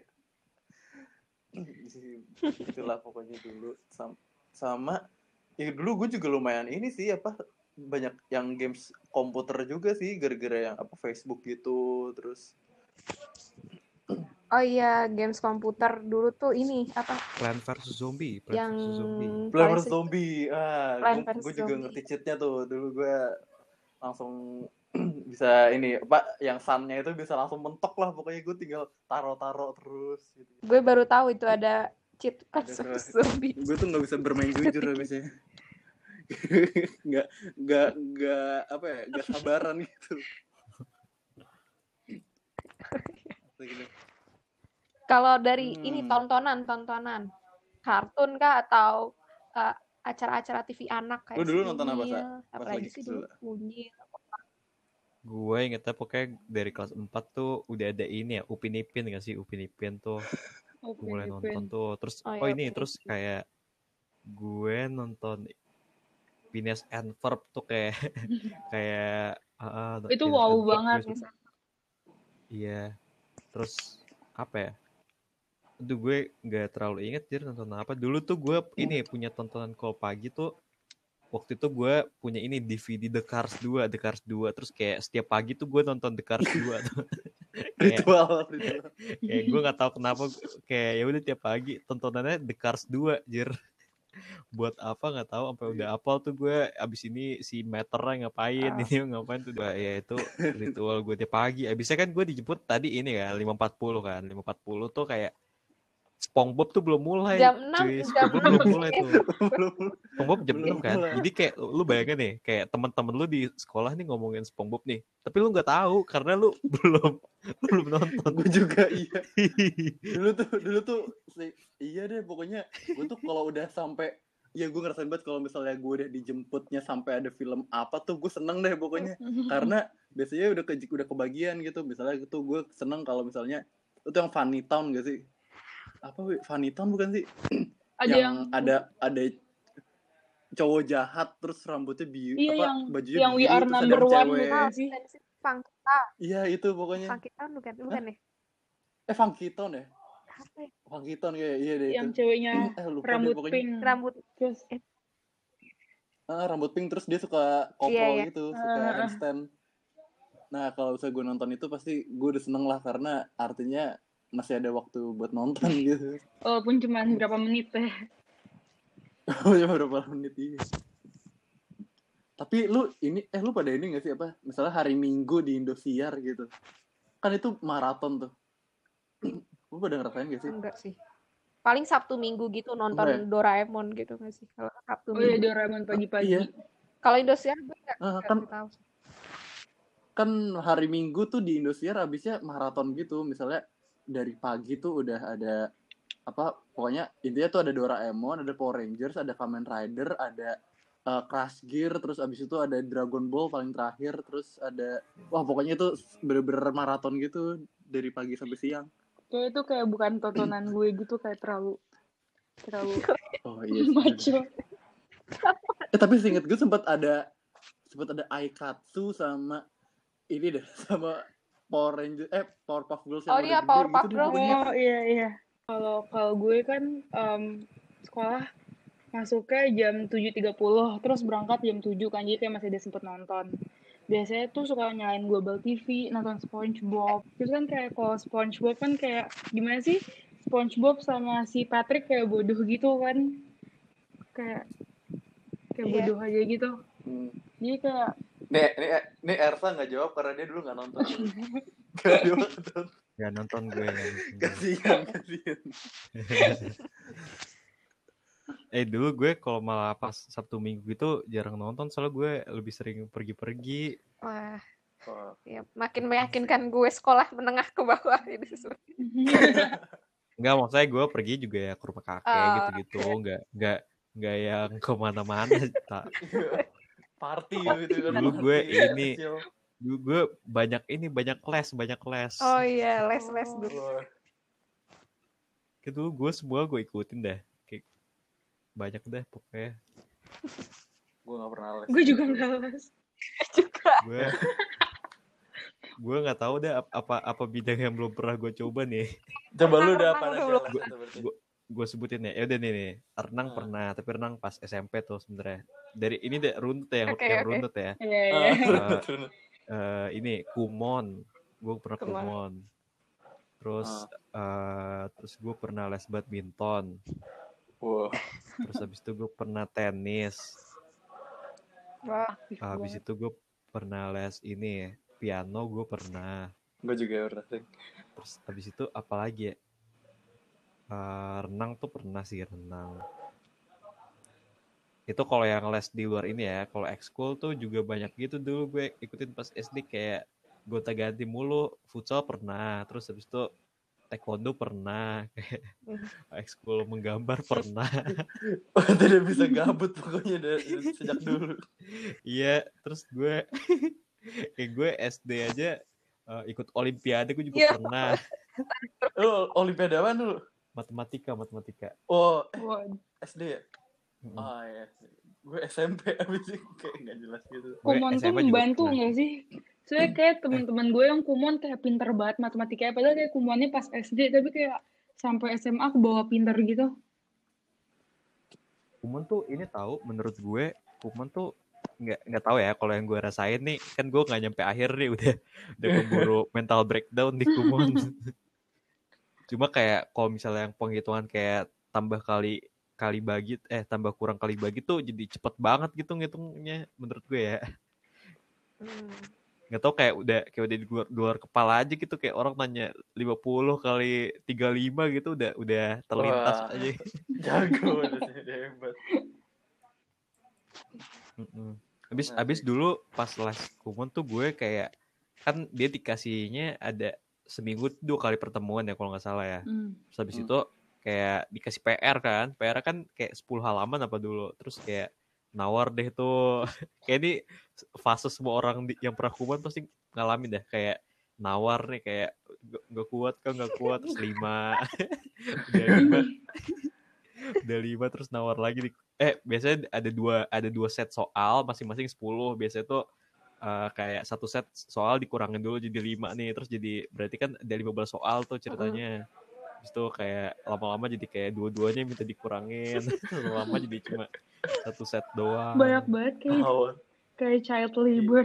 Itulah pokoknya dulu sama, sama ya dulu gue juga lumayan ini sih apa banyak yang games komputer juga sih gara-gara yang apa Facebook gitu terus Oh iya, games komputer dulu tuh ini apa Plant versus Zombie, Plant yang versus Zombie. Plant paling vs se- Zombie. Ah, Plant gue versus gue juga Zombie. ngerti cheatnya tuh dulu gue langsung bisa ini apa yang sunnya itu bisa langsung mentok lah pokoknya gue tinggal taro-taro terus gitu. Gue baru tahu itu ada cheat Ada versus tuh. zombie. Gue tuh nggak bisa bermain jujur habisnya. nggak nggak nggak apa ya nggak sabaran gitu. Gitu. Kalau dari ini Hmm. tontonan, tontonan, kartun kah atau uh, acara-acara T V anak kayak Lu dulu nonton apa, Sa? Unyil, Pas apalagi lagi sih kecil. dulu Unyil. Gue ingetnya pokoknya dari kelas empat tuh udah ada ini ya, Upin Ipin gak sih? Upin Ipin tuh gue Oke, mulai nonton tuh. Terus Oh, oh, ya, ini Upin terus Ipin. kayak gue nonton Phineas and Ferb tuh kayak kayak uh, uh, Itu Phineas wow and Ferb banget. gue suka. Iya. Terus apa ya? Aduh gue nggak terlalu inget jadi nonton apa. Dulu tuh gue ini punya tontonan kalau pagi tuh waktu itu gue punya ini D V D The Cars dua, The Cars dua. Terus kayak setiap pagi tuh gue nonton The Cars dua tuh. kayak, Ritual, ritual. kayak gue nggak tahu kenapa kayak ya udah tiap pagi tontonannya The Cars dua, jir. Buat apa nggak tahu sampai udah apal tuh gue abis ini si meternya ngapain Ah. ini ngapain tuh udah ya itu ritual gue tiap pagi. Abisnya kan gue dijemput tadi ini kan lima empat puluh kan lima empat puluh tuh kayak SpongeBob tuh belum mulai Jam enam, cuy. jam SpongeBob enam belum mulai tuh Belum SpongeBob jam Belum enam kan mulai. jadi kayak lu bayangin nih kayak teman-teman lu di sekolah nih ngomongin SpongeBob nih tapi lu nggak tahu karena lu belum lu belum nonton. gue juga iya. Dulu tuh dulu tuh si- iya deh pokoknya gue tuh kalau udah sampai ya gue ngerasain banget kalau misalnya gue udah dijemputnya sampai ada film apa tuh gue seneng deh pokoknya karena biasanya udah ke udah kebagian gitu misalnya gitu gue seneng kalau misalnya itu yang Funny Town gak sih apa Wi? Funny Town bukan sih Ada yang, yang ada ada cowok jahat terus rambutnya biru iya apa yang bajunya yang we biru are terus ada number yang one cewek. bukan sih? Funky Iya itu pokoknya Funky Town bukan, bukan ya? eh Funky Town ya Apa ya? Funky Town kayak iya deh Yang itu ceweknya eh lupa rambut deh pokoknya pink. Rambut Terus ah, rambut pink terus dia suka koprol Iya, iya. gitu suka Ah, ah. handstand nah kalau misalnya gue nonton itu pasti gue udah seneng lah karena artinya masih ada waktu buat nonton gitu walaupun cuma berapa menit teh. cuma berapa menit iya. Tapi lu ini eh lu pada ini nggak sih apa misalnya hari Minggu di Indosiar gitu kan itu maraton tuh lu pada ngerasain gak sih enggak sih. Paling Sabtu Minggu gitu nonton Enggak ya? Doraemon gitu nggak sih? Kalau Sabtu Oh iya Minggu. Doraemon pagi-pagi. Iya. Kalau Indosiar gue nggak Ah, nggak kan tahu. kan hari Minggu tuh di Indosiar habisnya maraton gitu misalnya dari pagi tuh udah ada apa pokoknya intinya tuh ada Doraemon ada Power Rangers ada Kamen Rider ada uh, Crash Gear terus abis itu ada Dragon Ball paling terakhir terus ada wah pokoknya itu bener-bener maraton gitu dari pagi sampai siang Kayak itu kayak bukan tontonan gue gitu kayak terlalu terlalu oh iya sih, maco. eh tapi seinget gue sempat ada sempat ada Aikatsu sama ini deh sama Power Ranger eh Powerpuff Girls yang Oh udah iya, gede Powerpuff gitu deh Girls. pokoknya. Oh iya iya. Kalau kalau gue kan em, sekolah masuknya jam tujuh tiga puluh terus berangkat jam tujuh kan jadi kayak masih ada sempet nonton. Biasanya tuh suka nyalain Global T V, nonton SpongeBob. Terus kan kayak kalau SpongeBob kan kayak gimana sih? SpongeBob sama si Patrick kayak bodoh gitu kan. Kayak kayak Iya. bodoh aja gitu. Hmm. Jadi kayak Nih, nih, nih Ersa nggak jawab karena dia dulu nggak nonton. Nggak nonton. Gak nonton gue. Gak nonton gue. Kasihan, kasihan. Eh dulu gue kalau malah pas Sabtu Minggu gitu jarang nonton soalnya gue lebih sering pergi-pergi. Wah, Oh. ya, makin meyakinkan gue sekolah menengah ke bawah ini sesuatu. Enggak maksudnya gue pergi juga ya ke rumah kakek Oh, gitu-gitu, enggak enggak enggak yang kemana-mana tak. Party gitu kan. Dulu gue party ini kecil. gue banyak ini banyak les banyak les. Oh iya, les-les dulu. Wah, Kayak dulu gue semua gue ikutin dah. Kayak banyak dah pokoknya. gue nggak pernah les. Gue juga nggak les. Juga. Gue gue nggak tahu deh ap- apa apa bidang yang belum pernah gue coba nih. Coba lu udah Renang apa udah aja belum les Gue itu berarti? gue gue sebutin ya. Ya udah nih nih. Renang Hmm. pernah, tapi renang pas S M P tuh sebenarnya. Dari ini deh runut ya, yang, Oke, yang oke. runut ya. Iya, Ah, iya. runut, runut. Eh, ini kumon. Gue pernah Kumon. kumon. Terus eh, terus gue pernah les badminton. Wah, Terus habis itu gue pernah tenis. Wah, Aktif Habis banget. itu gue pernah les ini piano gue pernah. gue juga pernah sih. Terus habis itu apa lagi ya? Eh, renang tuh pernah sih renang. Itu kalau yang les di luar ini ya. Kalau ekskul tuh juga banyak gitu dulu gue ikutin pas S D kayak gonta-ganti mulu. Futsal pernah. Terus habis itu taekwondo pernah. Kayak ekskul menggambar pernah. Oh, tidak bisa gabut pokoknya dari sejak dulu. Iya, terus gue kayak gue S D aja eh, ikut olimpiade gue juga Iya. pernah. Lu olimpiade apa dulu? Matematika, matematika. Oh, eh, Waduh. S D ya? Mm-mm. Oh iya. Gue S M P abis itu kayak nggak jelas gitu. Gue Kumon S tuh M A juga membantu pernah. nggak sih? Soalnya kayak teman-teman gue yang kumon kayak pinter banget matematikanya. Padahal kayak kumonnya pas S D, tapi kayak sampai S M A ke bawah pinter gitu. Kumon tuh ini tahu menurut gue Kumon tuh nggak nggak tahu ya kalau yang gue rasain nih kan gue nggak nyampe akhir nih udah udah keburu mental breakdown di Kumon. Cuma kayak kalau misalnya yang penghitungan kayak tambah kali kali bagi eh tambah kurang kali bagi tuh jadi cepet banget gitu ngitungnya menurut gue ya. Hmm. Nggak tahu kayak udah kayak udah di luar, di luar kepala aja gitu kayak orang nanya lima puluh kali tiga puluh lima gitu udah udah terlintas Wah. aja. Jago udah sih, dia hebat. Mm-mm. Abis Nah, abis sih. dulu pas les Kumon tuh gue kayak kan dia dikasihnya ada seminggu tuh dua kali pertemuan ya kalau nggak salah ya. Hmm. Terus habis Hmm. itu kayak dikasih P R kan. P R kan kayak sepuluh halaman apa dulu. Terus kayak nawar deh tuh. Kayak ini fase semua orang di- yang pernah Kumon pasti ngalamin dah kayak nawar nih kayak "Gak- nggak kuat kan nggak kuat terus lima udah lima udah lima terus nawar lagi di eh biasanya ada dua ada dua set soal masing-masing sepuluh biasanya tuh eh, kayak satu set soal dikurangin dulu jadi lima nih terus jadi berarti kan ada lima belas soal tuh ceritanya. Terus tuh kayak lama-lama jadi kayak dua-duanya minta dikurangin lama jadi cuma satu set doang. Banyak banget kayak Awal. kayak child labor.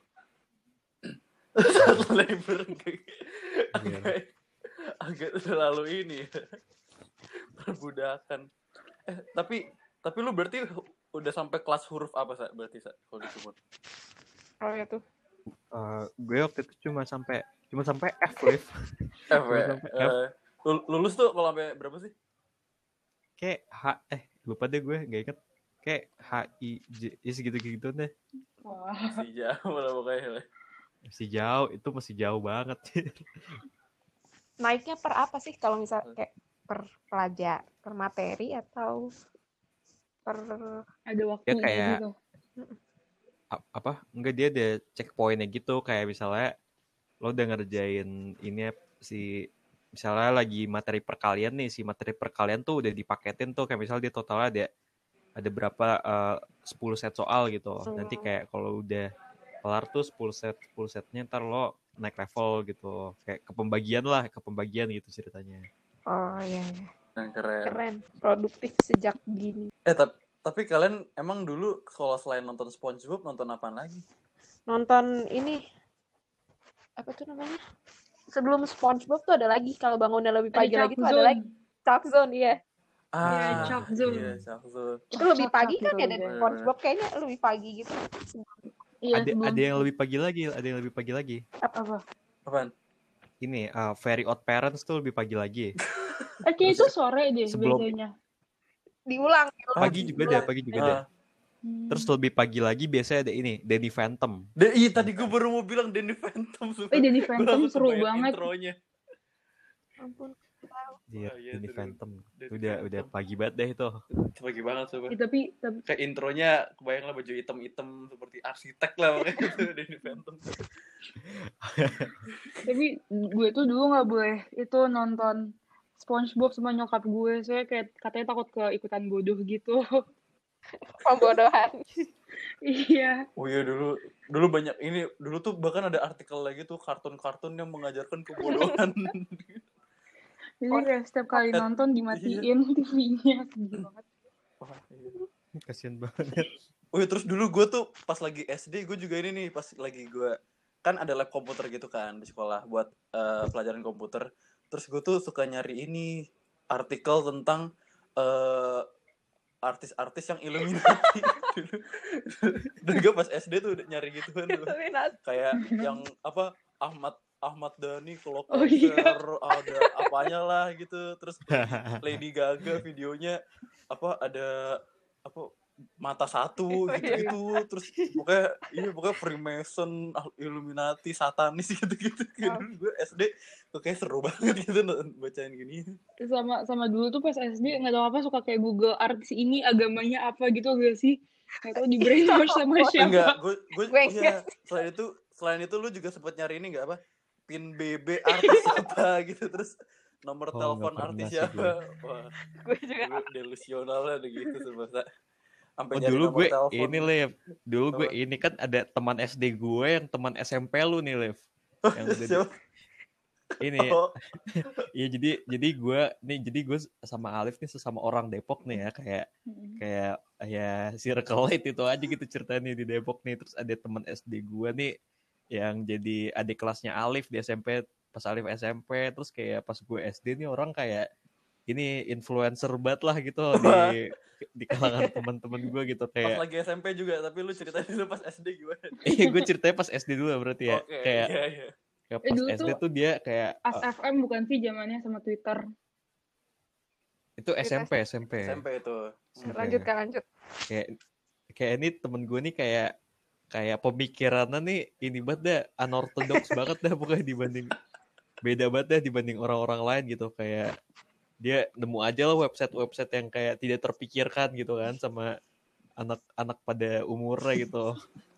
Satu labor kayak Iya. agak, agak terlalu ini ya. Perbudakan. Eh tapi tapi lu berarti udah sampai kelas huruf apa Sa? Berarti Sa? Kalau di Kumon? Oh ya tuh. Eh, gue waktu itu cuma sampai cuma sampai F Liv. F Cuma ya? sampai F. Eh, lul- lulus tuh kalau sampai berapa sih? Kayak H eh lupa deh gue nggak inget kayak H I J ya segitu-gitu deh. Wah. Masih jauh lah pokoknya. Masih jauh itu masih jauh banget. Naiknya per apa sih kalau misal kayak per pelajar, per materi atau per Ada waktunya kayak- gitu. A- apa enggak dia ada checkpointnya gitu kayak misalnya lo udah ngerjain ini ya, si misalnya lagi materi perkalian nih si materi perkalian tuh udah dipaketin tuh kayak misalnya dia totalnya ada ada berapa eh, sepuluh set soal gitu nanti kayak kalau udah kelar tuh sepuluh set sepuluh setnya ntar lo naik level gitu kayak ke pembagian lah ke pembagian gitu ceritanya. oh iya, iya. Yang keren. Keren, produktif sejak dini. Eh tapi tapi kalian emang dulu kalau selain nonton SpongeBob nonton apaan lagi? Nonton ini apa tuh namanya? Sebelum SpongeBob tuh ada lagi kalau bangunnya lebih pagi Ada lagi Chalk tuh ada Zone. lagi Chalk Zone iya. Iya, Chalk Zone. Iya, Chalk Zone. Itu lebih Chalk pagi Zone kan ya itu dari bener. SpongeBob kayaknya lebih pagi gitu. Iya, ada sebelum- ada yang lebih pagi lagi ada yang lebih pagi lagi apa? Apaan? ini uh, Very Odd Parents tuh lebih pagi lagi Eh, kayak itu sore deh Sebelum- biasanya. Diulang, diulang. pagi juga deh pagi juga deh. Ah, Hmm. Terus lebih pagi lagi biasanya ada ini Danny Phantom. De- iya tadi gue baru mau bilang Danny Phantom. Eh, Danny Gua Phantom langsung seru kebayang banget. Intronya. Ampun. Dia Oh, iya, ini itu dulu. Phantom. Danny Udah Phantom. udah pagi banget deh itu. Pagi banget coba. Eh, tapi tapi Kayak intronya kebayang lah baju hitam-hitam seperti arsitek lah makanya itu Danny Phantom. tapi gue tuh dulu nggak boleh itu nonton SpongeBob sama nyokap gue, saya kayak katanya takut ke ikutan bodoh gitu. Pembodohan. Iya, Oh iya dulu dulu banyak ini dulu tuh bahkan ada artikel lagi tuh kartun-kartun yang mengajarkan kebodohan. jadi Oh, kayak setiap kali eh, nonton dimatiin T V-nya, sedih banget. Wah, iya. Kasian banget. Oh iya, terus dulu gue tuh pas lagi S D gue juga ini nih pas lagi gue kan ada lab komputer gitu kan di sekolah buat eh, pelajaran komputer. Terus gue tuh suka nyari ini artikel tentang eh, artis-artis yang Illuminati. Dulu. Dan gue pas S D tuh udah nyari gitu kan tuh. Illuminati. Kayak yang apa Ahmad Ahmad Dhani kalau Oh, konser iya. ada apanya lah gitu. Terus Lady Gaga videonya apa ada apa mata satu gitu-gitu. Terus pokoknya iya pokoknya Freemason, Illuminati, satanis gitu-gitu. Oh. Gue S D tuh kayak seru banget gitu bacain gini. Sama sama dulu tuh pas S D nggak tahu apa suka kayak Google artis ini agamanya apa gitu gak sih? Nggak tahu di brainwash sama Enggak, siapa. gue gue Gue iya, selain itu selain itu lu juga sempat nyari ini enggak apa? Pin B B artis apa gitu terus nomor Oh, telepon nggak pernah artis sih siapa. Wah, Gue juga. dulu delusional lah ada gitu semasa. Sampai Oh nyari dulu nomor gue telepon. ini Lev. Dulu gue Apa? ini kan ada teman S D gue yang teman S M P lu nih Lev. Yang udah di- Siapa? ini Oh, Iya jadi jadi gue nih jadi gue sama Alif nih sesama orang Depok nih ya kayak kayak ya circle itu aja gitu ceritanya di Depok nih. Terus ada teman S D gue nih yang jadi adik kelasnya Alif di S M P pas Alif S M P. Terus kayak pas gue S D nih orang kayak ini influencer banget lah gitu di di kalangan teman-teman gue gitu pas kayak lagi S M P juga tapi lu ceritain dulu pas S D gimana? iya gue ceritanya pas S D dulu berarti ya Oke, kayak iya iya. kayak Eh, pas dulu S D tuh tuh dia kayak As uh, F M bukan sih zamannya sama Twitter. itu S M P S M P S M P itu. S M P. Lanjut kan lanjut. kayak kayak ini temen gue nih kayak kayak pemikirannya nih ini banget dah unorthodox banget dah pokoknya dibanding beda banget dah dibanding orang-orang lain gitu kayak dia nemu aja lah website-website yang kayak tidak terpikirkan gitu kan sama anak-anak pada umurnya gitu.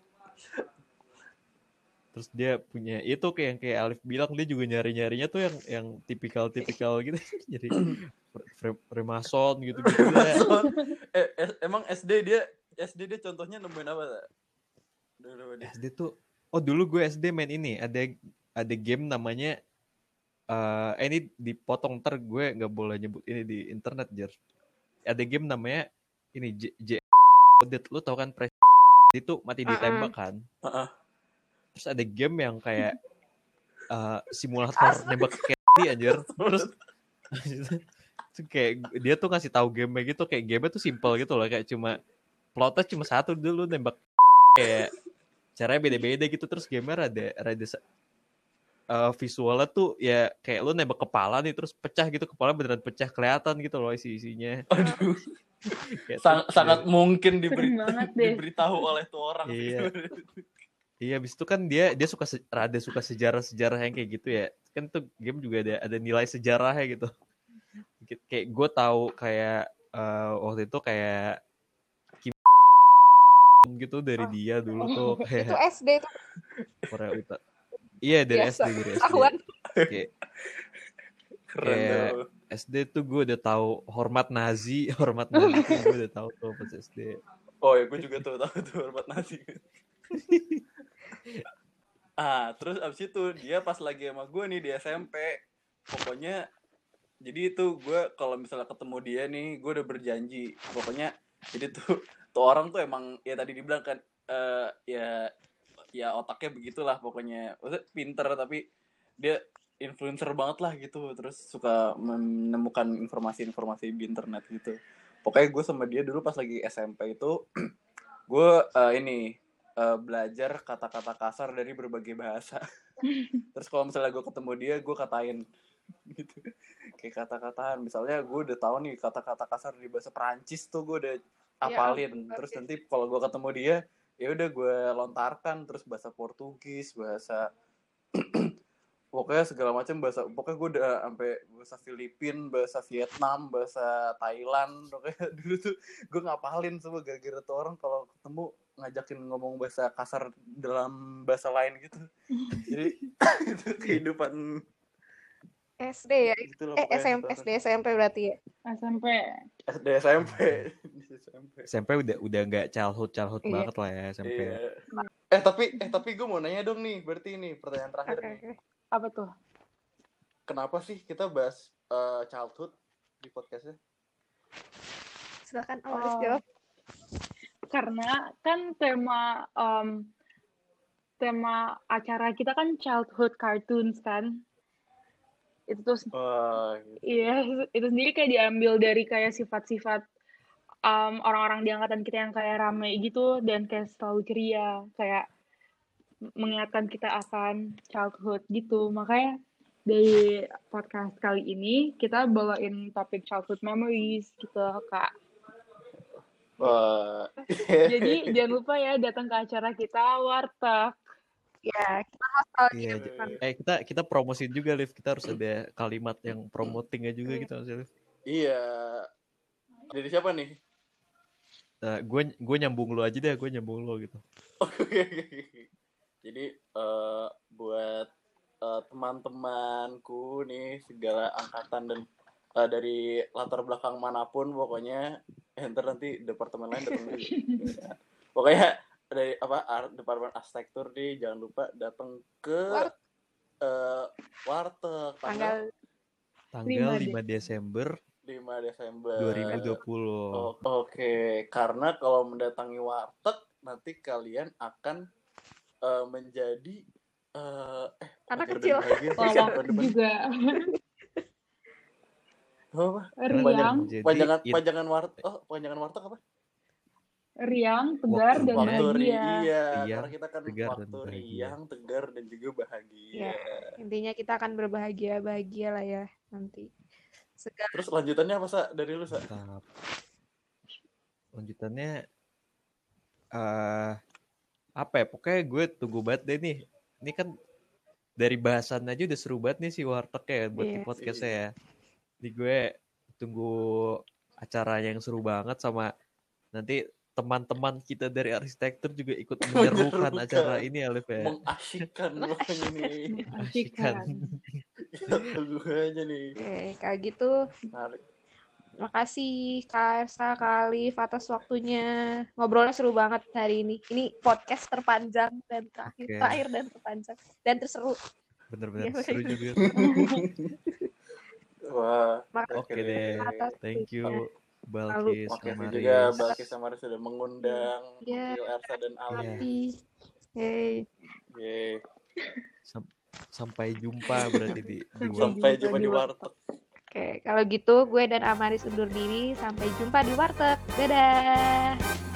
Terus dia punya itu kayak yang kayak Alif bilang dia juga nyari-nyarinya tuh yang yang tipikal-tipikal gitu jadi Fre- Freemason gitu-gitu dah. eh, eh, emang S D dia S D dia contohnya nemuin apa? Tak? Dulu dia. S D tuh oh dulu gue S D main ini ada ada game namanya eh uh, ini dipotong ntar gue nggak boleh nyebut ini di internet Jer. Ada game namanya ini J, J lu tau kan pres itu mati ditembak kan. Uh-uh. Terus ada game yang kayak uh, simulator nembak kayak anjir. Terus kayak dia tuh ngasih tahu game gitu kayak game tuh simple gitu loh kayak cuma plotnya cuma satu dulu nembak kayak caranya beda-beda gitu terus gamer ada ada uh, visualnya tuh ya kayak lu nembak kepala nih terus pecah gitu kepala beneran pecah kelihatan gitu loh isi-isinya. Aduh. Kayak Sang, tuh, sangat ya. mungkin diberi, banget deh. diberitahu oleh tuh orang. Iya. Iya, abis itu kan dia dia suka se- rada suka sejarah-sejarah yang kayak gitu ya. Kan tuh game juga ada ada nilai sejarahnya gitu. Kayak gue tahu kayak uh, waktu itu kayak Kim gitu dari Oh. dia dulu tuh Itu kayak S D tuh. Korea Utara. Iya dari Biasa. S D dari S D. Ketahuan. Kayak, Keren kayak tuh. S D tuh gue udah tahu hormat Nazi, hormat Nazi tuh gue udah tahu tuh pas S D. Oh ya gue juga tuh tahu tuh hormat Nazi. Ah terus abis itu dia pas lagi sama gue nih di S M P pokoknya jadi itu gue kalau misalnya ketemu dia nih gue udah berjanji pokoknya jadi tuh tuh orang tuh emang ya tadi dibilang kan uh, ya ya otaknya begitulah pokoknya maksudnya pinter tapi dia influencer banget lah gitu terus suka menemukan informasi-informasi di internet gitu pokoknya gue sama dia dulu pas lagi S M P itu gue uh, ini uh, belajar kata-kata kasar dari berbagai bahasa terus kalau misalnya gue ketemu dia gue katain gitu kayak kata-kataan misalnya gue udah tahu nih kata-kata kasar di bahasa Perancis tuh gue udah apalin ya, terus nanti kalau gue ketemu dia ya udah gue lontarkan terus bahasa Portugis bahasa pokoknya segala macam bahasa, pokoknya gue udah sampai bahasa Filipin, bahasa Vietnam, bahasa Thailand. Pokoknya dulu tuh gue ngapalin semua gara-gara tuh orang kalau ketemu ngajakin ngomong bahasa kasar dalam bahasa lain gitu. Jadi itu kehidupan S D ya? gitu lah Eh, pokoknya. S M P, S D, S M P berarti ya? S M P. S D S M P. S M P. S M P udah udah nggak childhood childhood Iya. banget lah ya S M P. Iya. Eh tapi eh tapi gue mau nanya dong nih, berarti ini pertanyaan terakhir Oke, nih. oke. Apa tuh? Kenapa sih kita bahas uh, childhood di podcastnya? Silakan Amaris Oh. jawab. Karena kan tema um, tema acara kita kan childhood cartoons kan. Itu tuh Wah, gitu. iya, itu sendiri kayak diambil dari kayak sifat-sifat um, orang-orang di angkatan kita yang kayak rame gitu dan kayak selalu ceria, kayak mengingatkan kita akan childhood gitu. Makanya dari podcast kali ini kita bawain topik childhood memories gitu, Kak. Wah. Jadi jangan lupa ya datang ke acara kita Warteg. Ya, kita nostalgia. Iya, j- eh kita kita promosiin juga Liv, kita harus ada kalimat yang promotingnya juga gitu maksudnya Liv. Iya. Dari siapa nih? Nah, gue gue nyambung lu aja deh, gue nyambung lu gitu. Oke. Jadi eh, buat eh, teman-temanku nih segala angkatan dan eh, dari latar belakang manapun pokoknya, eh, ntar nanti departemen lain datang juga. Pokoknya dari apa ar- departemen arsitektur nih jangan lupa datang ke Wart- eh, Warteg tanggal Tanggal lima lima Desember lima Desember dua ribu dua puluh. Oh, Oke, karena kalau mendatangi Warteg nanti kalian akan eh, menjadi eh eh Anak ajar dan kecil. bahagia. Lawak Siapa depan? juga. Apa? Riang, Jadi Panjangan it- panjangan Warteg. Oh, panjangan Warteg apa? riang, tegar, dan Waktunya. Waktu ri- bahagia. iya, Iya, karena kita kan tegar dan waktu bahagia. riang, tegar dan juga bahagia. Ya, intinya kita akan berbahagia-bahagia lah ya nanti. Segala Terus lanjutannya apa, Sa? Dari lu, Sa? Mantap. Lanjutannya eh apa ya? Pokoknya gue tunggu banget deh nih. Ini kan dari bahasan aja udah seru banget nih si Warteg ya buat di Iya. podcastnya ya. Ini gue tunggu acara yang seru banget sama nanti teman-teman kita dari arsitektur juga ikut menyerukan Menyerukan. acara ini Alif ya. Mengasyikkan makanya nih. Asyikan. Kita tunggu aja nih. Oke, kayak gitu. Menarik. Makasih Kak Ersa, Kak Alif atas waktunya. Ngobrolnya seru banget hari ini. Ini podcast terpanjang dan terakhir, Oke. terakhir dan terpanjang dan terseru. Bener-bener Iya, seru baik. juga. Wah. Oke deh. Atas Thank you Lalu- Balkis Makasih sama juga Riz. Balkis sama Riz sudah mengundang Iya. Lil Ersa dan Ali. Iya. Happy. Hey. Yeay. Sam- Sampai jumpa berarti di, di Sampai Warteg. Sampai jumpa jumpa di di Warteg. Warteg. Oke, kalau gitu gue dan Amaris undur diri. Sampai jumpa di Warteg. Dadah.